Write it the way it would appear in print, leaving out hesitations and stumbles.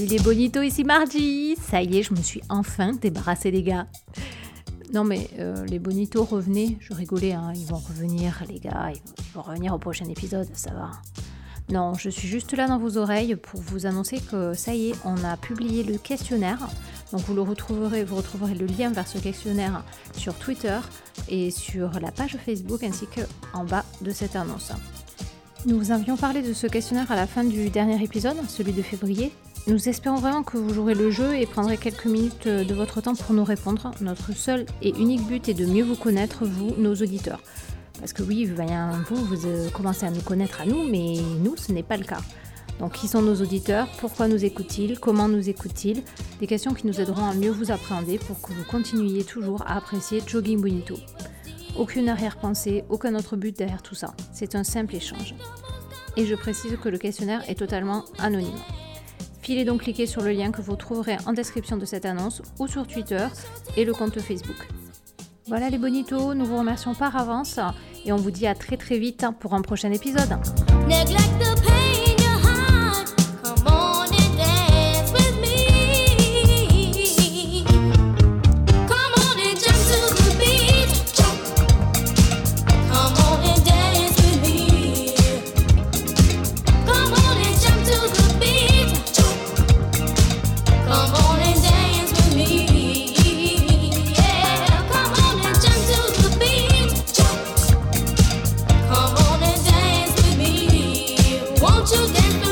Salut les bonitos, ici Margie. Ça y est, je me suis enfin débarrassée des gars. Non mais les bonitos, revenez. Je rigolais, hein. Ils vont revenir les gars, ils vont revenir au prochain épisode, ça va. Non, je suis juste là dans vos oreilles pour vous annoncer que ça y est, on a publié le questionnaire. Donc vous retrouverez le lien vers ce questionnaire sur Twitter et sur la page Facebook ainsi qu'en bas de cette annonce. Nous vous avions parlé de ce questionnaire à la fin du dernier épisode, celui de février. Nous espérons vraiment que vous jouerez le jeu et prendrez quelques minutes de votre temps pour nous répondre. Notre seul et unique but est de mieux vous connaître, vous, nos auditeurs. Parce que oui, vous commencez à nous connaître à nous, mais nous, ce n'est pas le cas. Donc, qui sont nos auditeurs? Pourquoi nous écoutent-ils? Comment nous écoutent-ils? Des questions qui nous aideront à mieux vous appréhender pour que vous continuiez toujours à apprécier Jogging Bonito. Aucune arrière-pensée, aucun autre but derrière tout ça. C'est un simple échange. Et je précise que le questionnaire est totalement anonyme. Filez donc cliquer sur le lien que vous trouverez en description de cette annonce ou sur Twitter et le compte Facebook. Voilà les bonitos, nous vous remercions par avance et on vous dit à très très vite pour un prochain épisode. Won't you dance?